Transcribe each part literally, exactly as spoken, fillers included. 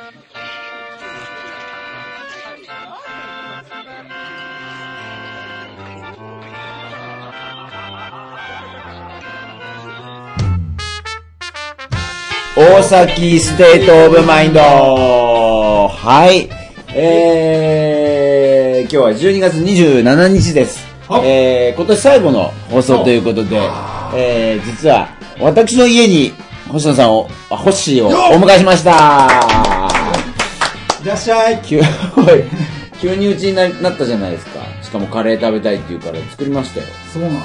大崎ステートオブマインド。はい。えー、今日はじゅうにがつにじゅうしちにちです。えー、今年最後の放送ということで、えー、実は私の家に星野さんを、あ、ホッシーをお迎えしました。 いらっしゃい。 急、急にうちに な, なったじゃないですか。しかもカレー食べたいって言うから作りましたよ。 そうなの、はい、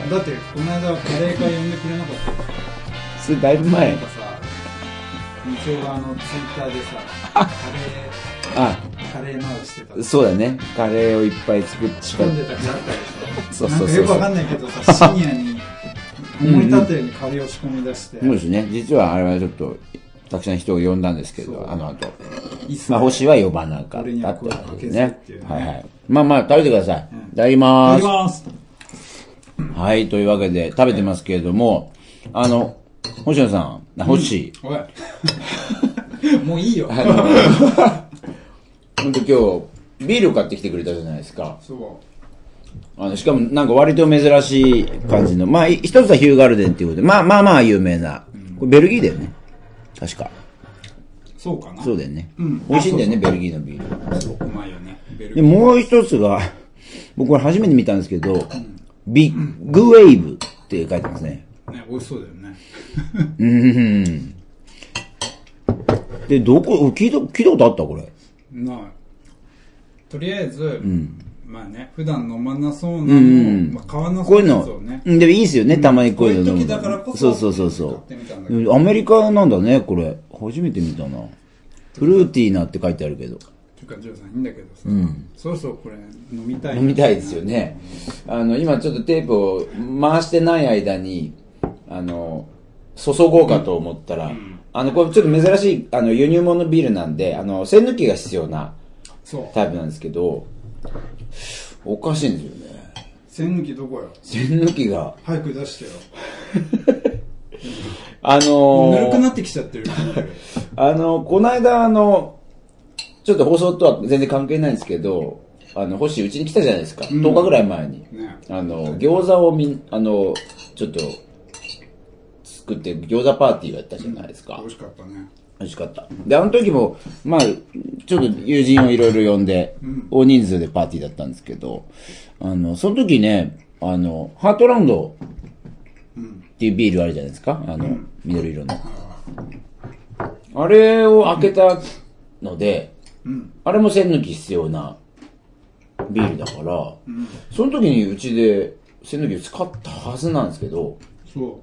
だってこの間カレー会呼んでくれなかった。 それだいぶ前。 なんかさ、日曜があのツイッターでさ、カレー、あ、カレー直してた。 そうだね。カレーをいっぱい作って仕込んでたじゃあったでしょ。 そうそうそうそう。 なんかよくわかんないけどさ、深夜に思い立ったようにカレーを仕込み出して。 そうですね。実はあれはちょっとたくさん人を呼んだんですけど、あの後。 いいまあ星は呼ばなかったってことですね。はいはい。まあまあ食べてください。 うん、 いただきます。 いただきます。 はい、というわけで食べてますけれども、あの、星野さん、星。 うん、おい。もういいよ。 ほんと今日、ビールを買ってきてくれたじゃないですか。 そう。 あの、しかもなんか割と珍しい感じの、まあ、一つはヒューガルデンっていうことで、まあまあまあ有名な。これベルギーだよね。確か。 そうかな。 そうだよね。 うん。 美味しいんだよね、ベルギーのビール。そう、うまいよね。ベルギー。で、もう一つが、僕これ初めて見たんですけど、うん、ビッグウェーブって書いてますね。 ね、美味しそうだよね。 うん。で、どこ、聞いた、聞いたことあったこれ。 ない。とりあえず、うん、まあね、普段飲まなそうなのを、うん、まあ、買わなそうなやつをね。 こういうの、でもいいですよね、たまにこういうの飲む。 こういう時だからこそ。 そうそうそうそう。アメリカなんだね、これ。初めて見たな。フルーティーなって書いてあるけど。 というか、ジョーさんいいんだけどさ、 うん、 そうそうこれ飲みたい。 飲みたいですよね。あの、今ちょっとテープを回してない間に、あの、注ごうかと思ったら、うん、あの、これちょっと珍しい、あの、輸入物ビールなんで、あの、栓抜きが必要なタイプなんですけど、おかしいんですよね。 栓抜きどこよ？ 栓抜きが。 早く出してよ。 あのー、 ぬるくなってきちゃってる。 あの、この間、あの、ちょっと放送とは全然関係ないんですけど、あの、星うちに来たじゃないですか。うん、とおかぐらい前に。ね、あの、餃子をみん、あの、ちょっと、作って餃子パーティーをやったじゃないですか。 うん、美味しかったね。 美味しかった。で、あの時も、まあ、ちょっと友人をいろいろ呼んで、うん、大人数でパーティーだったんですけど、あの、その時ね、あの、ハートランドっていうビールあるじゃないですか。あの、うん、緑色の。あれを開けたので、うん、あれも栓抜き必要なビールだから、うん、その時にうちで栓抜きを使ったはずなんですけど、 そう。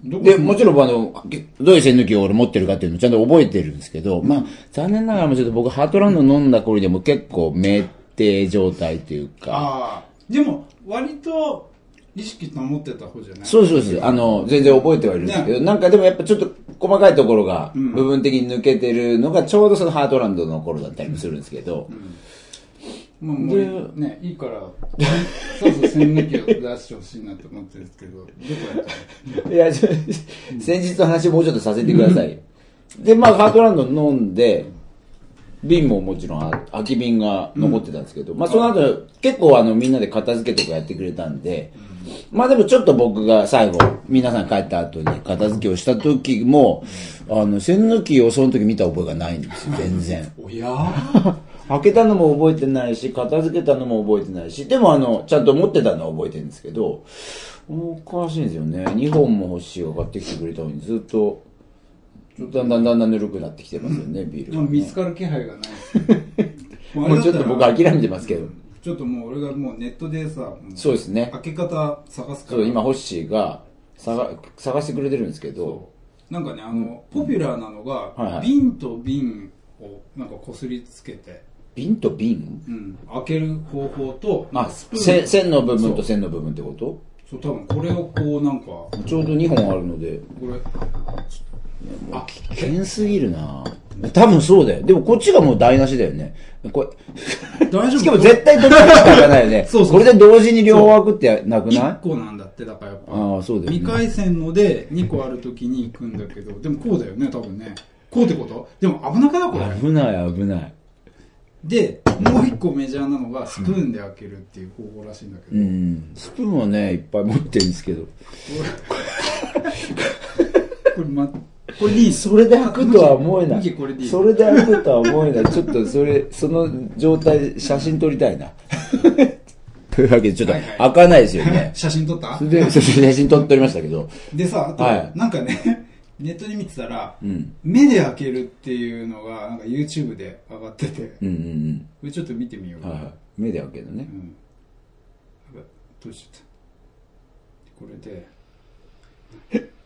で、もちろん、あの、どういう栓抜きを俺持ってるかっていうのをちゃんと覚えてるんですけど、うん、まあ、残念ながらもちょっと僕、ハートランド飲んだ頃でも結構酩酊状態というか。 ああ。でも、割と、意識保ってた方じゃない？ そうそうそう。あの、全然覚えてはいるんですけど、ね、なんかでもやっぱちょっと細かいところが、部分的に抜けてるのがちょうどそのハートランドの頃だったりもするんですけど、 うんうん、まあもうね、いいから、そうそう栓抜きを出してほしいなと思ってるんですけど、どこやったの？いや、 ちょ先日の話もうちょっとさせてください。で、まあ、ハートランド飲んで、瓶ももちろん空き瓶が残ってたんですけど、うん、まあその後結構あのみんなで片付けとかやってくれたんで、うん、まあでもちょっと僕が最後皆さん帰った後に片付けをした時も、うん、あの栓抜きをその時見た覚えがないんですよ、全然。 おや開けたのも覚えてないし、片付けたのも覚えてないし、でもあのちゃんと持ってたのは覚えてるんですけど、おかしいんですよね。にほんも欲しいが買ってきてくれたのにずっとだんだんだんだんぬるくなってきてますよね、ビールが、ね。 見つかる気配がないですもうちょっと僕諦めてますけど。 ちょっともう俺がもうネットでさ、 そうですね。 開け方探すから。 そう、今ホッシーが探、探してくれてるんですけど。 なんかね、あの、ポピュラーなのが、はいはい、瓶と瓶をなんかこすりつけて。 瓶と瓶？ うん。開ける方法と、 あ、スプーン。線の部分と線の部分ってこと？ そう、多分これをこうなんか。 ちょうどにほんあるので。 これ。 あ、危険すぎるな。多分そうだよ。でもこっちがもう台無しだよね。これ。大丈夫？しかも絶対どっちかしか開かないよね。そうそう。これで同時に両方開くってなくない？いっこなんだって、だからやっぱ。 ああ、そうだよね。 にかい線のでにこあるときに行くんだけど、でもこうだよね、多分ね。ここうってこと？でも危なくないこれ。 危ない危ない。 で、もう一個メジャーなのがスプーンで開けるっていう方法らしいんだけど。 うん。スプーンはね、いっぱい持ってるんですけど。これ、ま、これでいい？ それで開くとは思えない。 これでいい？ それで開くとは思えない。ちょっとそれ、その状態で写真撮りたいな。というわけで、ちょっと開かないですよね。はいはい、 写真撮った？ で、写真撮っておりましたけど。 でさ、あと、はい、なんかね、ネットで見てたら、うん、目で開けるっていうのが、なんか YouTube で上がってて、うんうんうん、これちょっと見てみようかな。はいはい、 目で開けるのね。うん。 どうしちゃった。これで。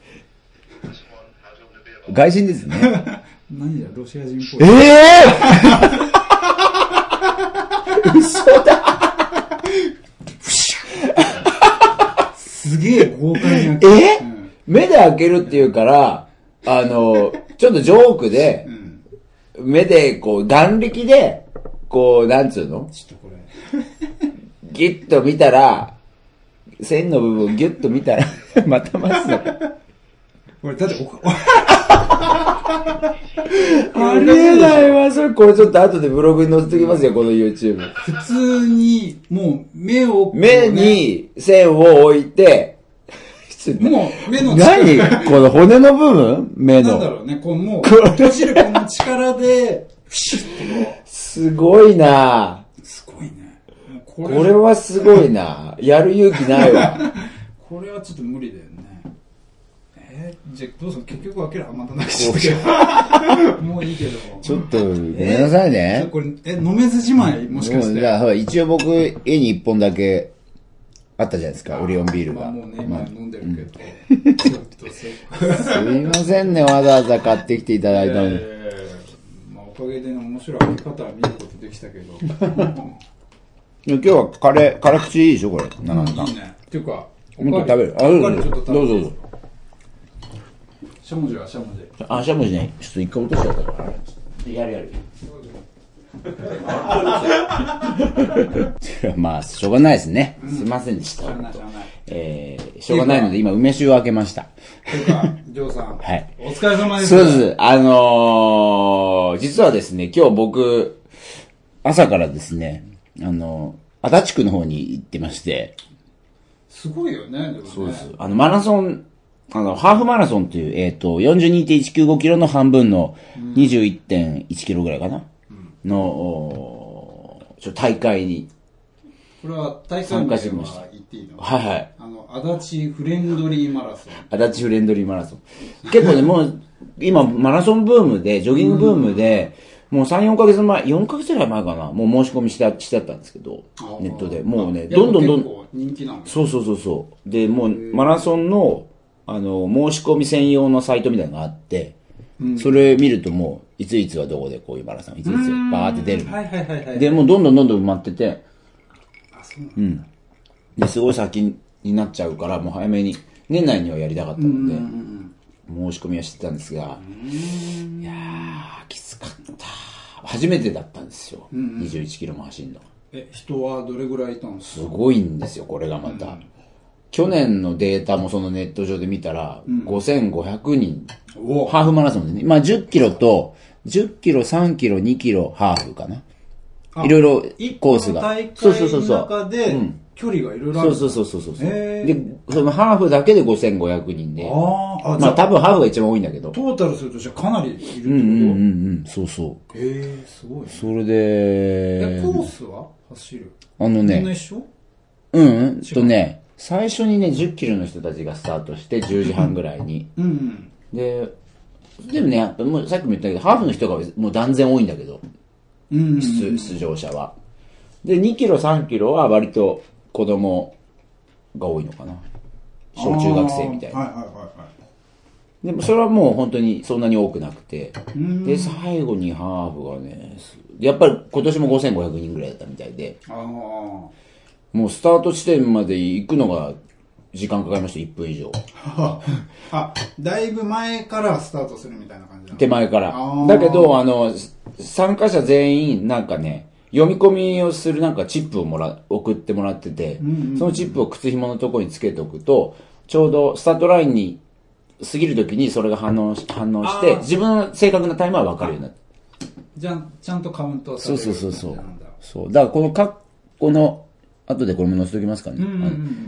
外人ですね。 何だ、ロシア人っぽい。 えぇ、ー、嘘だすげえ豪快な。 え、うん、目で開けるっていうから、あの、ちょっとジョークで、うん、目で、こう、眼力で、こう、なんつうの？ ちょっとこれ。 ギュッと見たら、線の部分をギュッと見たら、またますの。 これ、だっておか、 ありえないわ、それ。これちょっと後でブログに載せておきますよ、この YouTube。 普通に、もう、目を、 ね、目に線を置いて、 もう、目の力。何この骨の部分目の。 なんだろうね、このもう、閉じるこの力で、シュッと。 すごいなすごいね。 これ、これはすごいなやる勇気ないわ。 これはちょっと無理だよね。えー、じゃあどうする？結局開ける？あ、またなくしちゃったけど。もういいけど。 ちょっと、ごめんなさいね。 えー、これ、え、飲めずじまいもしかして。 じゃあ、一応僕、絵に一本だけあったじゃないですか、オリオンビールが。 まあもうね、今飲んでるけど。 うん、ちょっとすいませんね、わざわざ買ってきていただいたのに。 えー、まあおかげでね、面白い開け方は見ることできたけど。 今日はカレー、辛口いいでしょ、これ。なかなか。 いいね。っていうか、 もっと食べる。あ、どうぞ。どうぞどうぞ。 しゃもじはしゃもじ。 あ、しゃもじね。ちょっと一回落としちゃったから。やるやる。まあ、しょうがないですね。うん、すいませんでした。しょうがない、しょうがない。えー、しょうがないので、今、梅酒を開けました。 というか、ジョーさん。 はい。 お疲れ様です。 そうです。あのー、実はですね、今日僕、朝からですね、あの、足立区の方に行ってまして。 すごいよね、でもね。 そうです。あの、マラソン、あの、ハーフマラソンっていう、えっと、よんじゅうにてんいちきゅうごキロの半分の にじゅういってんいちキロぐらいかな、うん、の、ちょ、大会に。 これは大会名は言っていいの？ はいはい。 あの、足立フレンドリーマラソン。 足立フレンドリーマラソン。結構ね、もう、今、マラソンブームで、ジョギングブームで、もうさん、よんかげつまえ、よんかげつぐらい前かな、もう申し込みして、してあったんですけど、ネットで。もうね、どんどんどんどん。 人気なの？ そうそうそうそう。で、もう、マラソンの、あの、申し込み専用のサイトみたいなのがあって、うん、それ見るともう、いついつはどこでこういうマラソン、いついつバーって出る。 はいはいはいはい。 で、もうどんどんどんどん埋まってて、 あ、そうなんだ。 うん。で、すごい先になっちゃうから、もう早めに、年内にはやりたかったので、申し込みはしてたんですが、いやー、きつかった。初めてだったんですよ。うんうん、にじゅういちキロも走るの。 え、人はどれぐらいいたんですか？ すごいんですよ、これがまた。うん、去年のデータもそのネット上で見たら、うん、ごせんごひゃくにん、ハーフマラソンでね。まあじゅっキロと、じゅっキロ、さんキロ、にキロ、ハーフかな。いろいろコースが。 そうそうそうそう。中で、距離がいろいろある。 そうそうそうそうそう。で、そのハーフだけでごせんごひゃくにんで。 ああ、 まあ多分ハーフが一番多いんだけど。 トータルするとしてかなりいるってこと？うんうんうんうん、そうそう。 へえ、すごい、ね。 それで、 え、コースは走る？ あのね。 みんな一緒？ うん、うん、とね、最初にね、じゅっキロの人たちがスタートしてじゅうじはんぐらいに。 うんうん。 で、でもね、もうさっきも言ったけど、ハーフの人がもう断然多いんだけど。うんうんうん、出, 出場者は。で、にキロ、さんキロは割と子供が多いのかな。小中学生みたいな。 はいはいはいはい。 でもそれはもう本当にそんなに多くなくて。で、最後にハーフがね、やっぱり今年もごせんごひゃくにんぐらいだったみたいで。 あもうスタート地点まで行くのが時間かかりました、いっぷん以上。 あ、だいぶ前からスタートするみたいな感じなの？ 手前から。だけど、あの、参加者全員なんかね、読み込みをするなんかチップをもら、送ってもらってて、うんうんうん、そのチップを靴紐のところにつけておくと、ちょうどスタートラインに過ぎるときにそれが反応し、反応して、自分の正確なタイムは分かるようになった。 じゃん、ちゃんとカウントされる。 そうそうそうそう。そう。だからこのカッコの、後でこれも載せておきますかね。うんうんうん、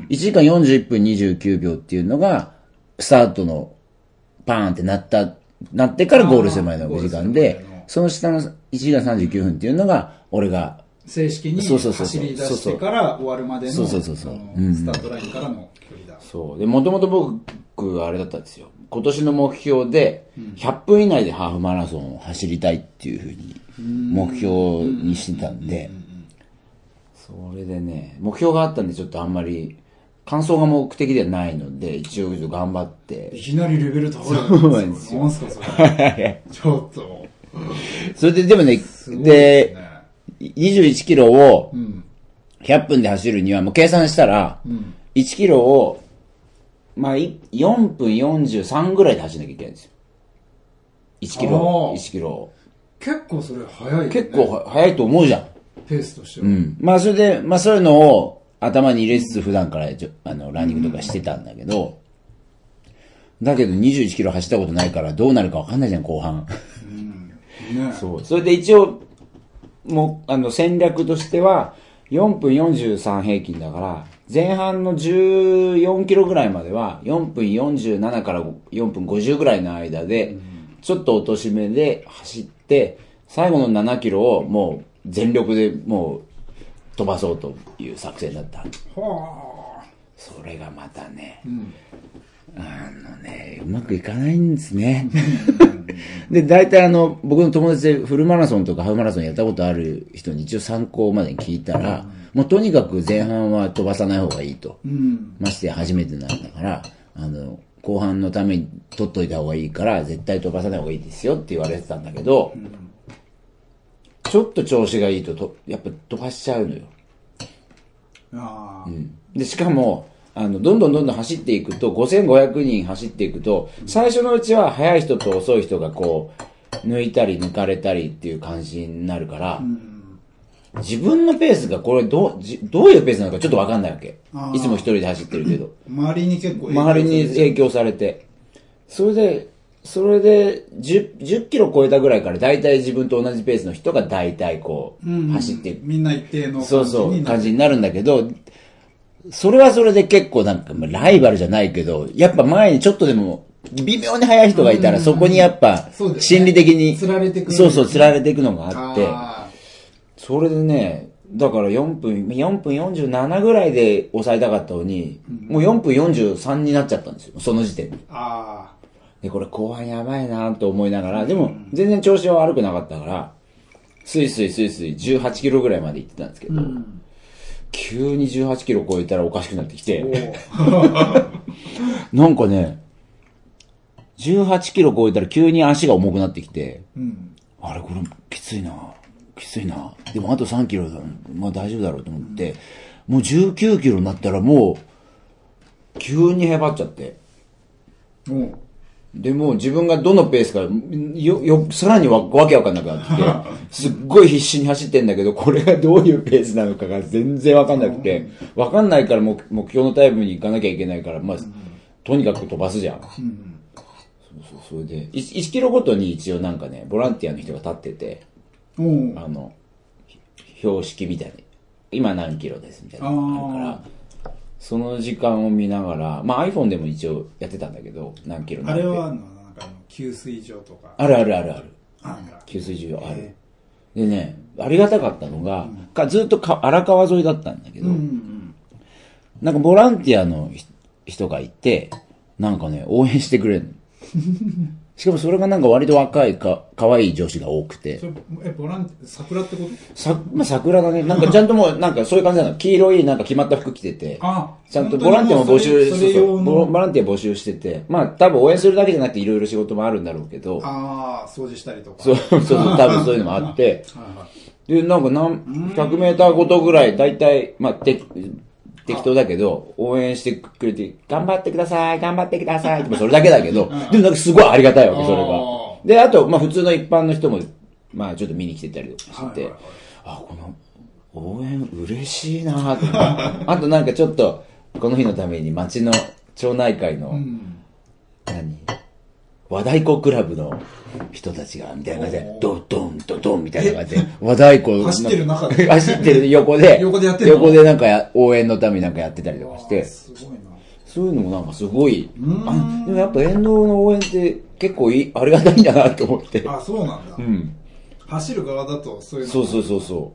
いちじかんよんじゅういっぷんにじゅうきゅうびょうっていうのが、スタートのパーンってなった、なってからゴールする前のごじかんで、その下のいちじかんさんじゅうきゅうふんっていうのが、俺が、 正式に走り出してから終わるまでの、 そうそうそうそう、 スタートラインからの距離だ。 そう。で、もともと僕、あれだったんですよ。今年の目標で、ひゃっぷん以内でハーフマラソンを走りたいっていうふうに、目標にしてたんで、それでね、目標があったんでちょっとあんまり、完走が目的ではないので、一応頑張って。 いきなりレベル高い。 そうなんですよ。 なんすかそれ。ちょっと。 それででもね、で、にじゅういちキロをひゃっぷんで走るにはもう計算したら、いちキロを、まあ、よんぷんよんじゅうさんぐらいで走んなきゃいけないんですよ。いちキロ、いちキロ。 結構それ早いよね。 結構早いと思うじゃん。 ペースとしては。 うん。まあそれで、まあそういうのを頭に入れつつ普段からあのランニングとかしてたんだけど、だけどにじゅういちキロ走ったことないからどうなるかわかんないじゃん、後半。 うんね、 そう。それで一応、もう、あの戦略としては、よんぷんよんじゅうさん平均だから、前半のじゅうよんキロぐらいまでは、よんぷんよんじゅうななからよんぷんごじゅうぐらいの間で、ちょっと落とし目で走って、最後のななキロをもう全力でもう飛ばそうという作戦だった。はあ。それがまたね、うん、あのね、うまくいかないんですね。で、大体あの、僕の友達でフルマラソンとかハーフマラソンやったことある人に一応参考までに聞いたら、うん、もうとにかく前半は飛ばさない方がいいと。うん、ましてや初めてなんだから、あの、後半のために取っといた方がいいから、絶対飛ばさない方がいいですよって言われてたんだけど、うん、ちょっと調子がいいとと、やっぱ飛ばしちゃうのよ。あうん、で、しかも、あの、どんどんどんどん走っていくと、ごせんごひゃくにん走っていくと、最初のうちは速い人と遅い人がこう、抜いたり抜かれたりっていう感じになるから、うん、自分のペースがこれどう、どういうペースなのかちょっとわかんないわけ。いつも一人で走ってるけど。 周りに結構影響されて。周りに影響されて。それで、それで10、じゅっキロ超えたぐらいから大体自分と同じペースの人が大体こう、うん、走っていく。 みんな一定の感じにそうそう、感じになるんだけど、それはそれで結構なんか、ライバルじゃないけど、やっぱ前にちょっとでも、微妙に速い人がいたら、そこにやっぱ、心理的に、 釣られていく。 そうそう、釣られていくのがあって、それでね、だからよんぷん、よんぷんよんじゅうななぐらいで抑えたかったのに、もうよんぷんよんじゅうさんになっちゃったんですよ、その時点で。あで、これ後半やばいなと思いながら、でも全然調子は悪くなかったから、スイスイスイスイじゅうはちキロぐらいまで行ってたんですけど、うん急にじゅうはちキロ超えたらおかしくなってきて。なんかね、じゅうはちキロ超えたら急に足が重くなってきて、うん、あれこれきついな、きついな。でもあとさんキロだ、まあ大丈夫だろうと思って、うん、もうじゅうきゅうキロになったらもう、急にへばっちゃって。うんで、もう自分がどのペースか、よ、よ、さらにわ、わけわかんなくなってきて、すっごい必死に走ってんだけど、これがどういうペースなのかが全然わかんなくて、わかんないから目目標のタイムに行かなきゃいけないから、まあ、とにかく飛ばすじゃん。そうそう、それで、いちキロごとに一応なんかね、ボランティアの人が立ってて、あの、標識みたいに、今何キロですみたいなのあるから、その時間を見ながら、まあ iPhone でも一応やってたんだけど、何キロあれはあの、なんかあの、給水所とか。 あるあるあるある。給水所ある。でね、ありがたかったのが、うん、かずっとか荒川沿いだったんだけど、うんうん、なんかボランティアの人がいて、なんかね、応援してくれるの。しかもそれがなんか割と若いか、可愛い女子が多くて。 それえ、ボランティア、桜ってことさ、まあ、桜だね。なんかちゃんともう、なんかそういう感じなの。黄色いなんか決まった服着てて。あちゃんとボランティアも募集、そうそうボ、ボランティア募集してて。まあ多分応援するだけじゃなくていろいろ仕事もあるんだろうけど。 ああ、掃除したりとか。 そう、そうそう、多分そういうのもあって。で、なんか何、ひゃくメーターごとぐらい、だいたい、まあ、て、適当だけど、応援してくれて、頑張ってください、頑張ってくださいって、それだけだけど、でもなんかすごいありがたいわけ、それが。で、あと、まあ普通の一般の人も、まあちょっと見に来てたりとかしてて、あ、この応援嬉しいなぁとあとなんかちょっと、この日のために町の町内会の、 何和太鼓クラブの人たちが、みたいな感じで、ドンドンドドンみたいな感じで、和太鼓走ってる中で。 走ってる横で、 横でやってる横でなんか応援のためになんかやってたりとかして、 すごいな。 そういうのもなんかすごい、あ、でもやっぱ沿道の応援って結構いい、ありがたいんだなと思って。 あ、そうなんだ。うん。走る側だとそういうの。 そうそうそうそう。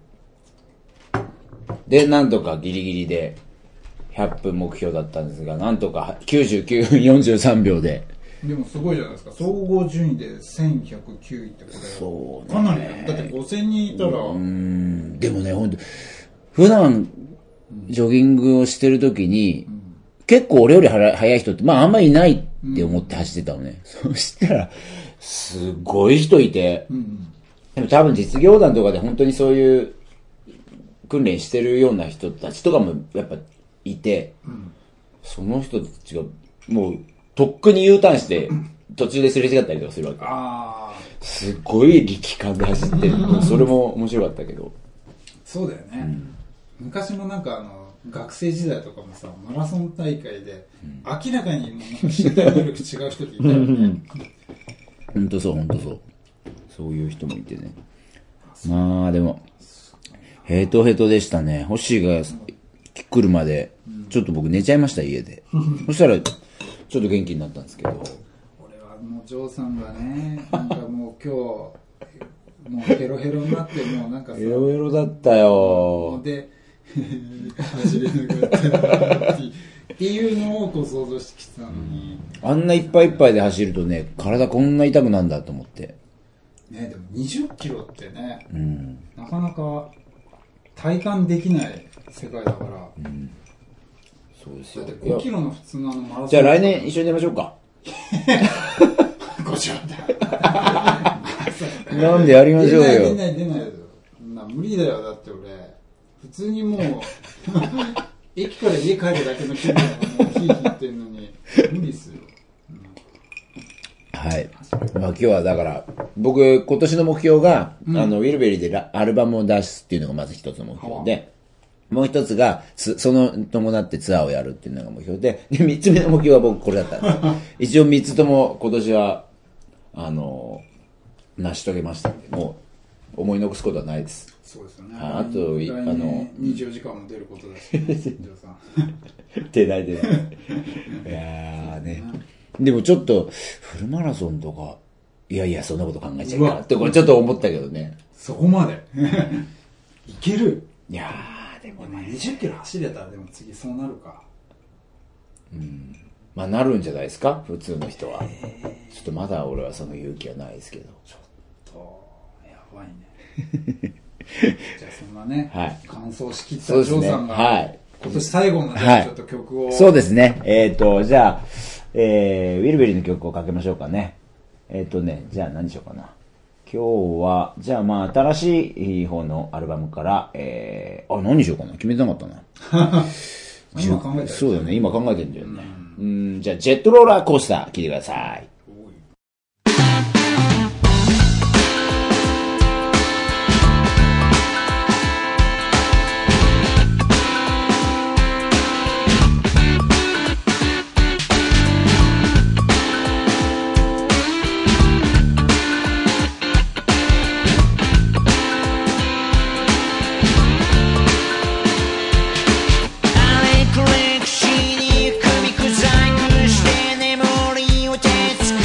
で、なんとかギリギリでひゃっぷん目標だったんですが、なんとかきゅうじゅうきゅうふんよんじゅうさんびょうで。 でもすごいじゃないですか。総合順位でせんひゃくきゅういってこれ。そうね。かなり、だってごせんにんいたら。うーん。でもね、ほんと、普段、ジョギングをしてるときに、うん、結構俺より速い人って、まああんまりいないって思って走ってたのね。うん、そしたら、すごい人いて、うん、でも多分実業団とかで本当にそういう訓練してるような人たちとかもやっぱいて、うん、その人たちがもうとっくに U ターンして途中ですれ違ったりとかするわけ。あ、すごい力感で走ってる。それも面白かったけど。 そうだよね。うん、昔もなんかあの、学生時代とかもさ、マラソン大会で、うん、明らかにもうなんか身体能力違う人っていたよね。 ほんとそう、ほんとそう。そういう人もいてね。まあでも、ヘトヘトでしたね。ホッシーが来るまで、ちょっと僕寝ちゃいました、家で。そしたら、ちょっと元気になったんですけど。 俺はもうジョーさんがね、なんかもう今日、もうヘロヘロになって、もうなんかさ。 ヘロヘロだったよ。 で、走れなかったっていうのをこう想像してきてたのに、 うん、あんないっぱいいっぱいで走るとね、体こんな痛くなんだと思ってね。でもにじゅっキロってね、うん、なかなか体感できない世界だから、うん、そうですよ。だってごキロの普通のあのマラソン、 じゃあ来年一緒に出ましょうか。 ごじゅうだなんでやりましょうよ。 出ない出ない出ないよ。な無理だよ。だって俺普通にもう駅から家帰るだけの距離がもう火引いてんのに無理っすよ、うん、 はい。まあ今日はだから僕今年の目標が、うん、あのウィルベリーでアルバムを出すっていうのがまず一つの目標で、もう一つがその伴ってツアーをやるっていうのが目標で、で三つ目の目標は僕これだったんです一応三つとも今年はあの成し遂げましたんで、もう思い残すことはないです。 そうですよね。 あと、あの、 にじゅうよじかんも出ることだし、ね、ジョーさん。 出ない出ない。いやーね。でもちょっと、フルマラソンとか、いやいや、そんなこと考えちゃうからって、これちょっと思ったけどね。 そこまで。いける。 いやー、でもね。 にじゅっキロ走れたら、でも次そうなるか。 うん。まあなるんじゃないですか、普通の人は。ちょっとまだ俺はその勇気はないですけど。 ちょっと、やばいね。じゃあそんなね、はい、完走しきったジョーさんが、はい、今年最後のじゃあちょっと曲を、はい、 そうですね。えっ、ー、とじゃあ、えー、ウィルベリーの曲をかけましょうかね。えっ、ー、とね、じゃあ何しようかな。今日はじゃあまあ新しい方のアルバムから、えー、あ何しようかな、決めてなかったな。 今考えてる。 そうだよね、今考えてるんだよね。うん、うん、じゃあジェットローラーコースター聴いてください。 歴史に組み砕くして眠りを徹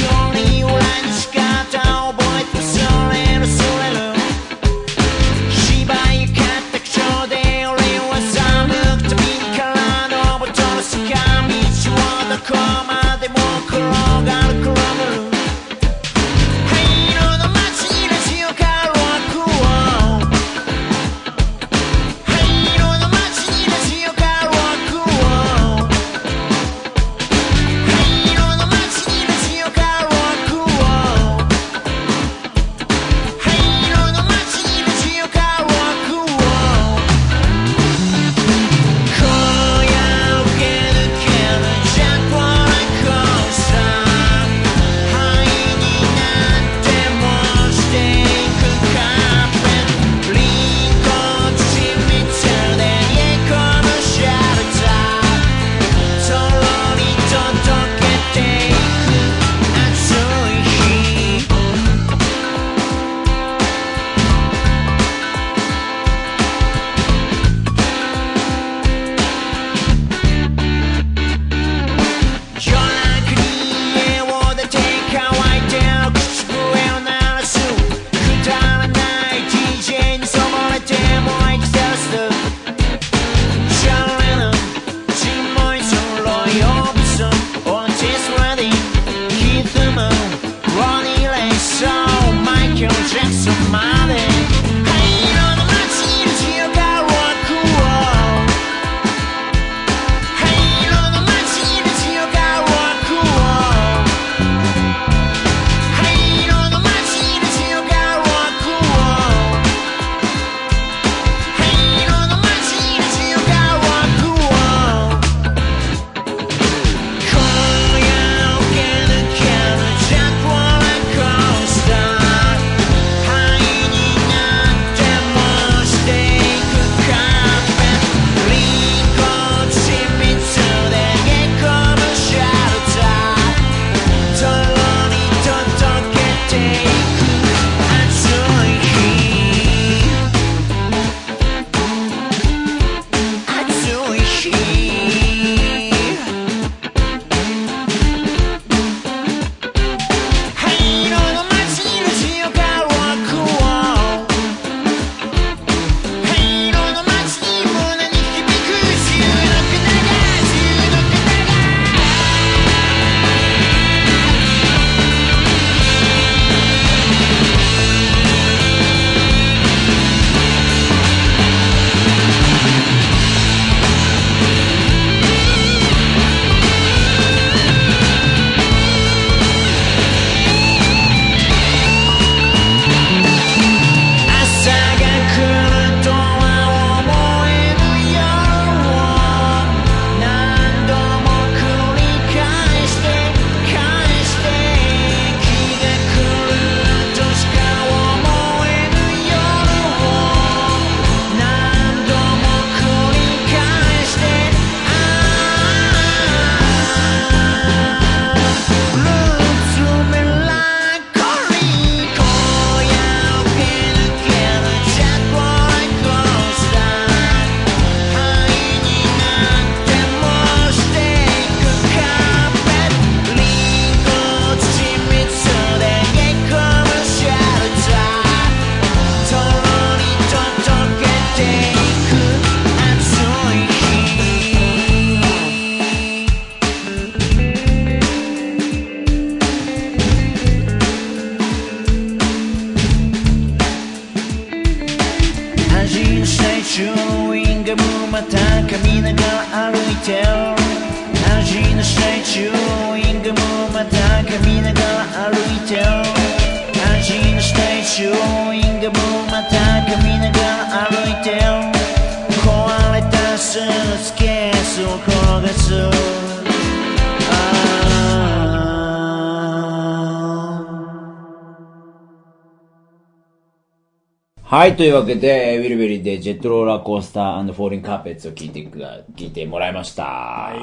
はい、というわけで、ウィルベリーでジェットローラーコースター&フォーリングカーペッツを聞いてくだ、聞いてもらいました。はい。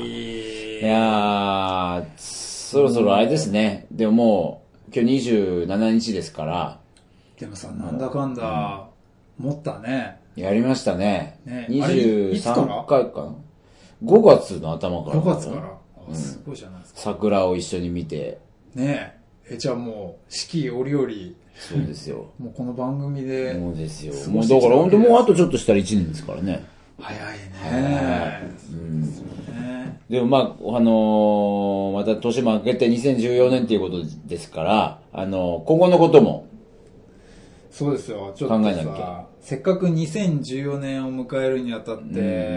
いやー、そろそろあれですね。でももう、今日にじゅうしちにちですから。 でもさ、なんだかんだ、うん、持ったね。 やりましたね。 ねにじゅうさんかいかな。ごがつの頭から。 ごがつから。あ、すごいじゃないですか。 桜を一緒に見て。 ねえ。え、じゃあもう、四季折々。 そうですよ。 もうこの番組で。 そうですよ。もうだから本当もうあとちょっとしたらいちねんですからね。 早いね。 うん。ね、でもまあ、あのー、また年も明けてにせんじゅうよねんっていうことですから、あのー、今後のことも。 そうですよ。ちょっと考えなきゃ。せっかくにせんじゅうよねんを迎えるにあたって、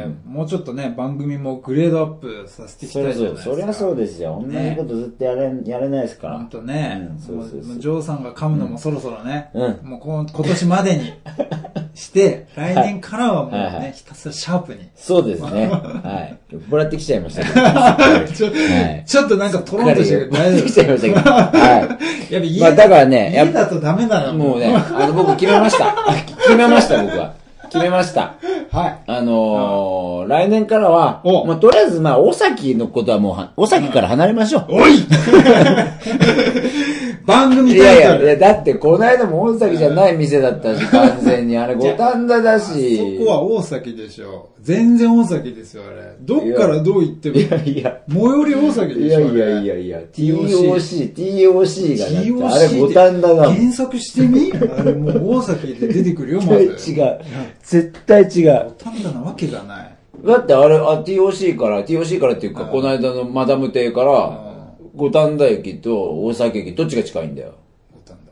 うん、もうちょっとね、番組もグレードアップさせていきたいじゃないですか。 そりゃそうですよ。同じことずっとやれ、ね、やれないですから。 ほんとね。 うん、そうそうそう。 ジョーさんが噛むのもそろそろね、 うん、 もうこ今年までにして、来年からはもうね、はいはい、ひたすらシャープに。 そうですね。はい。もらってきちゃいましたけど。はい、 ちょ、はい、ちょっとなんかトロンとしてるけど大丈夫。 きちゃいましたけど。はい。 やっぱ家、 まあ、だからね、 家だとダメだよ。 もうね、あの僕決めました。決めました、僕は。決めました。 はい。 あのー、来年からは、まあ、とりあえず、まあ、大崎のことはもう、大崎から離れましょう。 おい番組タイトル。 いやいや、いや、だって、この間も大崎じゃない店だったし、完全に。あれ、五反田だし。 そこは大崎でしょ。全然大崎ですよ、あれ。どっからどう言っても。 いやいや。 最寄り大崎でしょ。 いやいやいやいや。ティーオーシー、ティーオーシー がだって、あれ五反田だもん。 検索してみあれもう大崎で出てくるよ、まず。 違う。絶対違う。 五反田なわけがない。 だってあれ、あ、ティーオーシー から、ティーオーシー からっていうか、この間のマダム邸から、五反田駅と大崎駅、どっちが近いんだよ。 五反田。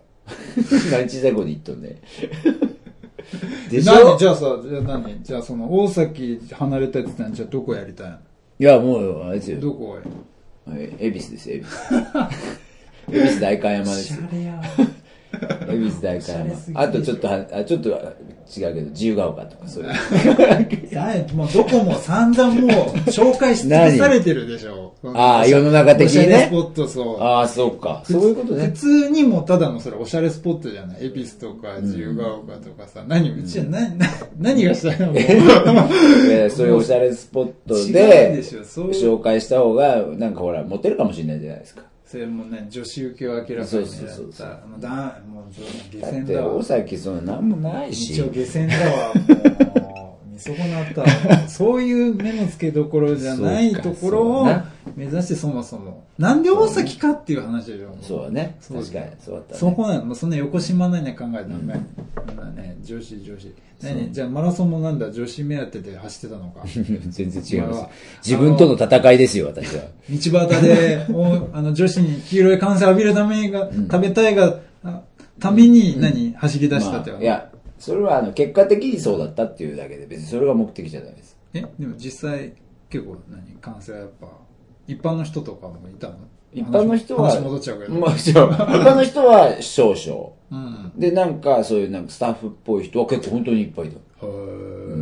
何小さい子で言っとんね。でしょ。 何じゃあさ、じゃあ何じゃあその大崎離れたやつってじゃあどこやりたいの？ いや、もう、あれですよ。 どこえ、恵比寿です、恵比寿。恵比寿代官山ですよ。 シャレや。 恵比寿大会あとちょっとはあちょっと違うけど自由が丘とかそういういやもうどこも散々もう紹介し尽くされてるでしょ。 ああ世の中的にね。 おしゃれスポットそう。 ああそうかそういうことね。 普通にもただのそれおしゃれスポットじゃない。恵比寿とか自由が丘とかさ、うん、何うちは何何がしたいの？ そういうおしゃれスポットで紹介した方がなんかほらモテるかもしれないじゃないですか。 それもね、女子受けを明らかに狙った。そうそうそうそう。もうだ、もう、下船だわ。 だって、大崎そのなんもないし。 一応下船だわ、もう、見損なったわ。そういう目の付けどころじゃないところを目指してそもそも。なんで大崎かっていう話でしょ。 そうだね。確かに、そうだったね。 そこなの、もうそんな横島なに考えたらダメ。うんね、女子女子。何じゃあマラソンもなんだ女子目当てで走ってたのか。 全然違います。自分との戦いですよ、私は。 道端で、おあの女子に黄色い歓声浴びるためが、うん、食べたいが、ために何、うん、走り出したっては、 まあ、いや、それはあの結果的にそうだったっていうだけで、別にそれが目的じゃないです。 え、でも実際、結構何、歓声はやっぱ、一般の人とかもいたの？ 一般の人は、 話戻っちゃうけど。 まあ、一般の人は少々。 うん、 で、なんか、そういうなんかスタッフっぽい人は結構本当にいっぱいいた。 へー、うん、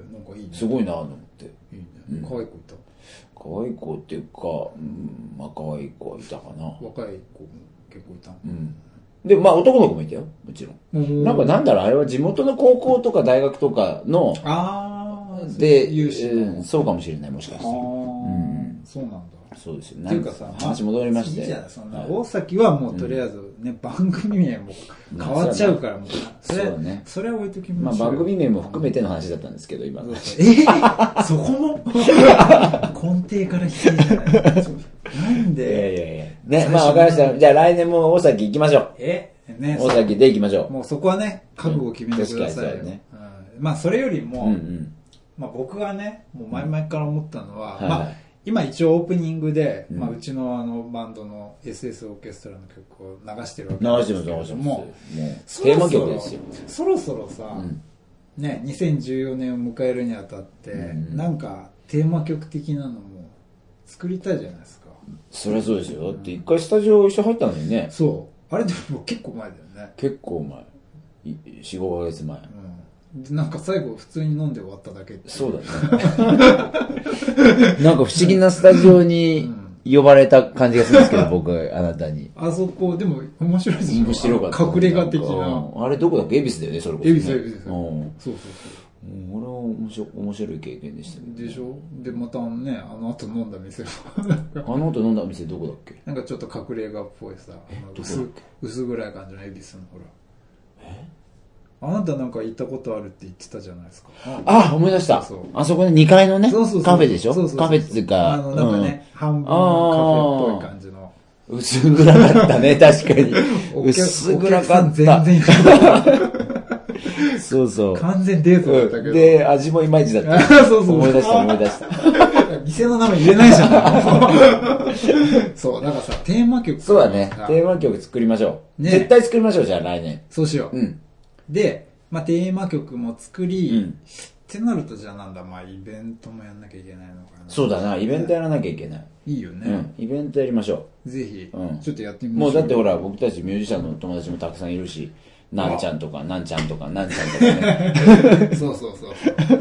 なんかいいね。 すごいなと思って。 いいね。うん、可愛い子いた？ 可愛い子っていうか、うん、まあ可愛い子はいたかな。 若い子も結構いたの？ うん。で、まあ男の子もいたよ、もちろん。なんかなんだろう、あれは地元の高校とか大学とかの、 あー、 で、うん、そうかもしれない、もしかしたら。 うん、そうなんだ。 そうですよね。 っていうかさ、 話戻りまして。 いいじゃん、そんな。大崎はもうとりあえずね、番組名も変わっちゃうからもう。それ、ね、それは置いときましょう。 まあ番組名も含めての話だったんですけど、今の。 えー、そこも根底から否定じゃない。なんで。 いやいやいや。ね、まあわかりました。じゃあ来年も大崎行きましょう。 えね。 大崎で行きましょう。 もうそこはね、覚悟を決めてくださいよ。ね。まあそれよりも、まあ僕がね、もう前々から思ったのは、まあ今一応オープニングで、うんまあ、うちのあのバンドの エスエス オーケストラの曲を流してるわけですけれども、 テーマ曲ですよ。 そろそろさ、うん、ね、にせんじゅうよねんを迎えるにあたって、うん、なんかテーマ曲的なのも作りたいじゃないですか。 そりゃそうですよ。だって一回スタジオ一緒入ったのにね。 そう。あれでも結構前だよね。 結構前。よん、ごかげつまえ。 うんなんか最後普通に飲んで終わっただけって。 そうだね。なんか不思議なスタジオに呼ばれた感じがするんですけど、僕、あなたに。 あそこ、でも面白いですよ。面白かった。 隠れ家的な。 あれどこだっけ？恵比寿だよね、それこそ、ね。 恵比寿、恵比寿。そうそうそう。 俺は面白面白い経験でしたね。 でしょ？で、またね、あの後飲んだ店あの後飲んだ店どこだっけ？ なんかちょっと隠れ家っぽいさ、薄薄暗い感じの恵比寿のほら。え？あなたなんか行ったことあるって言ってたじゃないですか。 あ、思い出した。そうそうあそこのにかいのね、そうそうそうカフェでしょ？そうそうそうカフェっていうか。 あの、なんかね、うん、半分カフェっぽい感じの。 薄暗かったね、確かに。薄暗かった。全然そうそう。 完全デートだったけど。 で、味もいまいちだった。 そうそうそう。 思い出した、思い出した。 店の名前言えないじゃん。そう、だからさ、テーマ曲。 そうだね。テーマ曲作りましょう。ね、絶対作りましょう、じゃあ来年。 そうしよう。 うん。 で、まあ、テーマ曲も作り、うん、ってなるとじゃあなんだ、まあ、イベントもやんなきゃいけないのかな。 そうだな、イベントやらなきゃいけない。 いいよね。 うん、イベントやりましょう。ぜひ、 うん、 ちょっとやってみましょう。 もうだってほら、僕たちミュージシャンの友達もたくさんいるし、なんちゃんとか、なんちゃんとか、なんちゃんとかね。そうそうそう。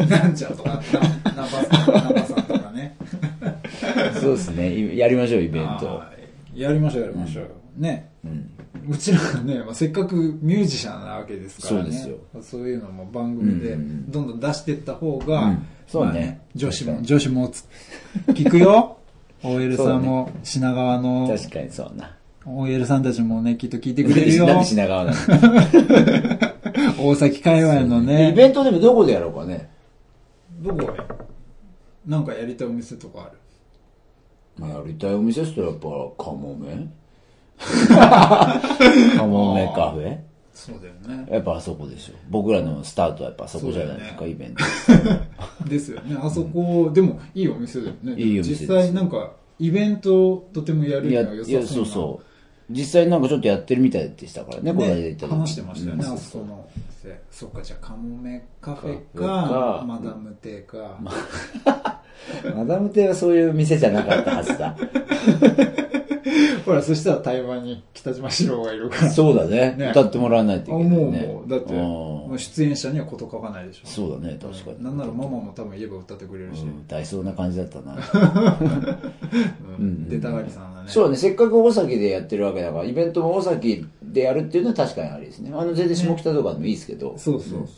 なんちゃんとか、ナンバさん、ナンバさんとかね。 そうですね。やりましょう、イベント。 やりましょう、やりましょう。うん、ね。うんうちらがね、まあ、せっかくミュージシャンなわけですからね。そうですよ。そういうのも番組でどんどん出していった方が、うんうん、 そうね、まあね。女子も、女子も聞くよ。オーエル さんも、ね、品川の。 確かにそうな。 オーエル さんたちもね、きっと聞いてくれるよ。 なんで品川なの大崎界隈のね。 イベントでもどこでやろうかね。 どこへなんかやりたいお店とかある？ まあ、やりたいお店って言ったらやっぱ、カモメカモメカフェそうだよね。 やっぱあそこでしょ。僕らのスタートはやっぱあそこじゃないですか、ね、イベント。 ですよね。あそこ、うん、でもいいお店だよね。 いいお店実際なんか、イベントとてもやるには良さそうな。 いや、そうそう。 実際なんかちょっとやってるみたいでしたからね、この間言った時話してましたよね、あそこの。そっか、じゃあ、カモメカフェか、マダム亭か。 マダム亭はそういう店じゃなかったはずだ。 ほら、そしたら台湾に北島四郎がいるから。 そうだね。ね、歌ってもらわないといけない、ね。 もう、もう、だって、もう出演者にはこと書かないでしょ。 そうだね、確かに。 なんならママも多分言えば歌ってくれるし。うん、 大そうな感じだったな。 うん、出たがりさんだね。 そうね、せっかく大崎でやってるわけだから、イベントも大崎でやるっていうのは確かにありですね。あの、全然下北とかでもいいですけど。 ね、そうそうそう。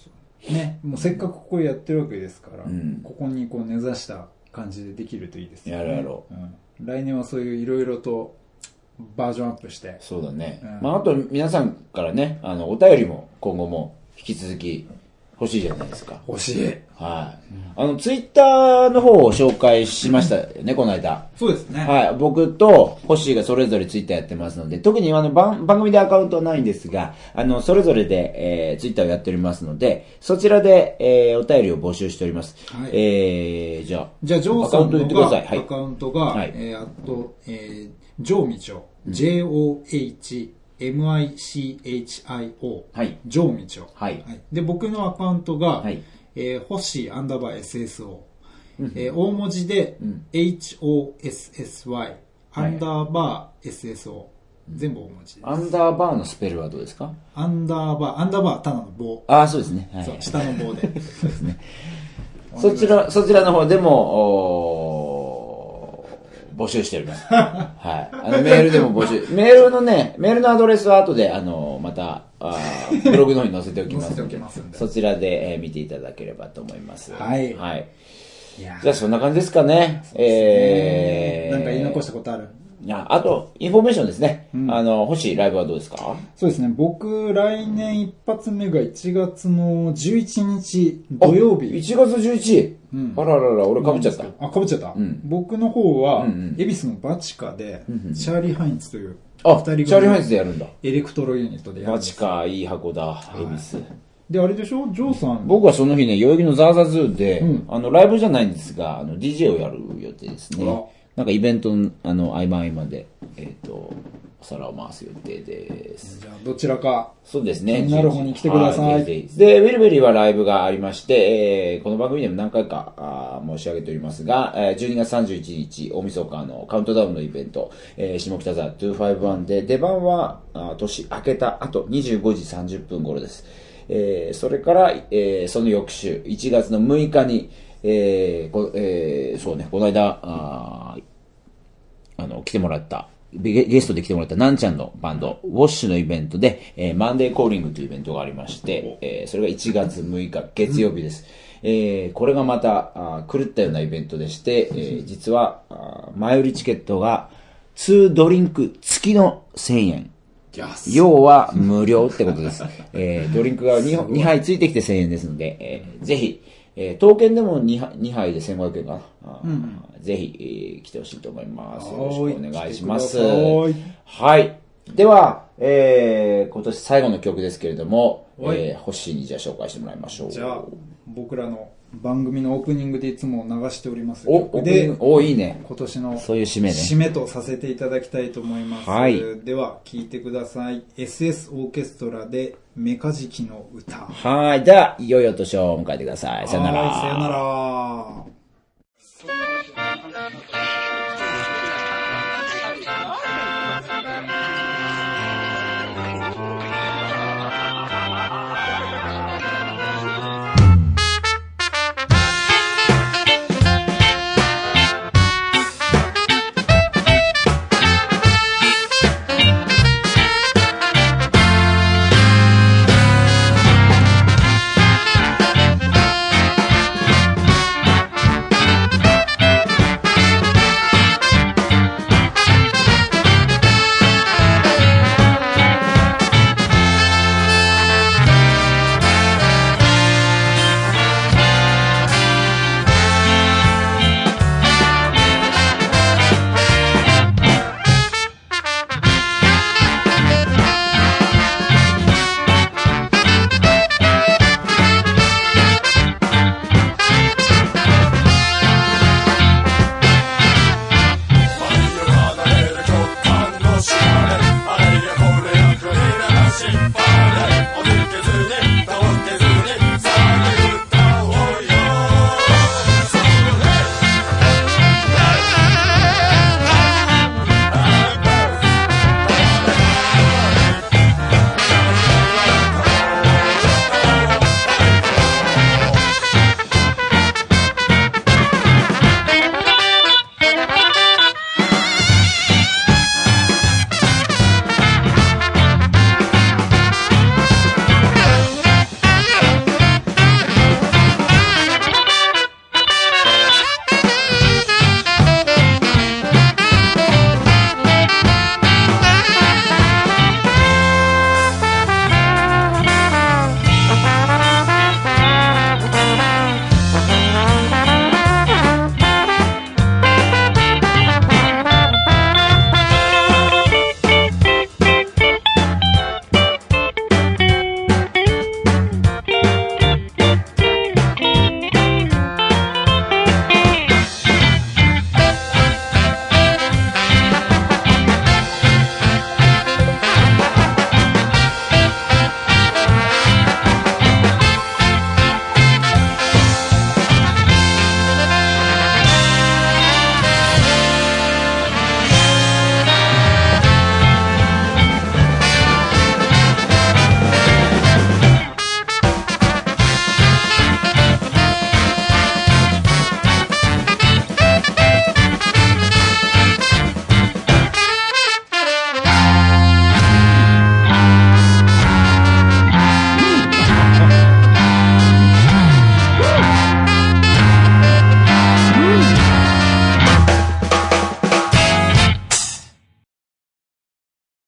ね、もうせっかくここやってるわけですから、うん、ここにこう根ざした感じでできるといいですよね。 やるやろう。 うん、来年はそういういろいろと、バージョンアップして。 そうだね。うん、まあ、あと皆さんからね、あの、お便りも今後も引き続き欲しいじゃないですか。 欲しい。はい。 あの、ツイッターの方を紹介しましたよね、この間。 そうですね。 はい。僕とホッシーがそれぞれツイッターやってますので、特にあの番、番組でアカウントはないんですが、あの、それぞれで、えー、ツイッターをやっておりますので、そちらで、えー、お便りを募集しております。はい。えー、じゃあ。 じゃあ、ジョーさんのアカウント言ってください。 はい。アカウントが、はい、えー、あと、えー、ジョーミチョ。ジェイオーエイチエムアイシーエイチアイオー。はい。ジョーミチョ。はい。はい。で、僕のアカウントが、はい。えー、ホッシーアンダーバー エスエスオー。えー、大文字で、うん、エイチオーエスエスワイ アンダーバー エスエスオー。全部大文字です。 アンダーバーのスペルはどうですか？ アンダーバー、アンダーバーただの棒。 ああ、そうですね。 はい。そう、下の棒で。 そうですね。そちら、そちらの方でも、募集しております。はい。あの、メールでも募集。メールのね、メールのアドレスは後で、あの、また、あブログの方に載せておきますので、そちらで、えー、見ていただければと思います。 はい。 はい。いやじゃあ、そんな感じですかね。 そうですね。えー、なんか言い残したことある？ いや、あと、インフォメーションですね。うん、あの、星ライブはどうですか？ そうですね。僕、来年一発目がいちがつのじゅういちにち土曜日。 いちがつじゅういちにち、うん、あららら、俺被っちゃった。 あ、被っちゃった。うん、僕の方は、恵比寿のバチカで、うんうん、チャーリー・ハインツという、 あ、チャーリー・ハインツでやるんだ。 エレクトロユニットでやる。 バチカ、いい箱だ、恵比寿。 で、あれでしょジョーさん。 僕はその日ね、代々木のザーザーズーで、うん、あの、ライブじゃないんですが、あの、ディージェー をやる予定ですね。なんかイベントの、あの、合間合間で、えっ、ー、と、お皿を回す予定です。 じゃあ、どちらか。 そうですね。 なる方に来てください。 で、ウィルベリーはライブがありまして、えー、この番組でも何回かあ申し上げておりますが、えー、じゅうにがつさんじゅういちにち、大晦日のカウントダウンのイベント、えー、下北沢にひゃくごじゅういちで、出番は、あ年明けた後、にじゅうごじさんじゅっぷん頃です。えー、それから、えー、その翌週、いちがつのむいかに、えーこえー、そうね、この間、ああの、来てもらった、ゲ, ゲストで来てもらったなんちゃんのバンド、ウォッシュのイベントで、えー、マンデーコーリングというイベントがありまして、えー、それがいちがつむいか月曜日です。うん、えー、これがまたあ狂ったようなイベントでして、えー、実はあ前売りチケットがにドリンク付きのせんえん。要は無料ってことです。えー、ドリンクが 2, にはいついてきてせんえんですので、えー、ぜひ、えー、当券でも 2, にはいでせんごひゃくえんかな。うん、ぜひ、えー、来てほしいと思います。よろしくお願いします。はい。では、えー、今年最後の曲ですけれども、えー、星にじゃあ紹介してもらいましょう。 じゃあ、僕らの番組のオープニングでいつも流しておりますお曲で、お、いいね。 今年のそういう締めね。 締めとさせていただきたいと思います。はい。では、聴いてください。エスエス オーケストラでメカジキの歌。 はい。では、いよいよ年を迎えてください。さよなら。 さよなら。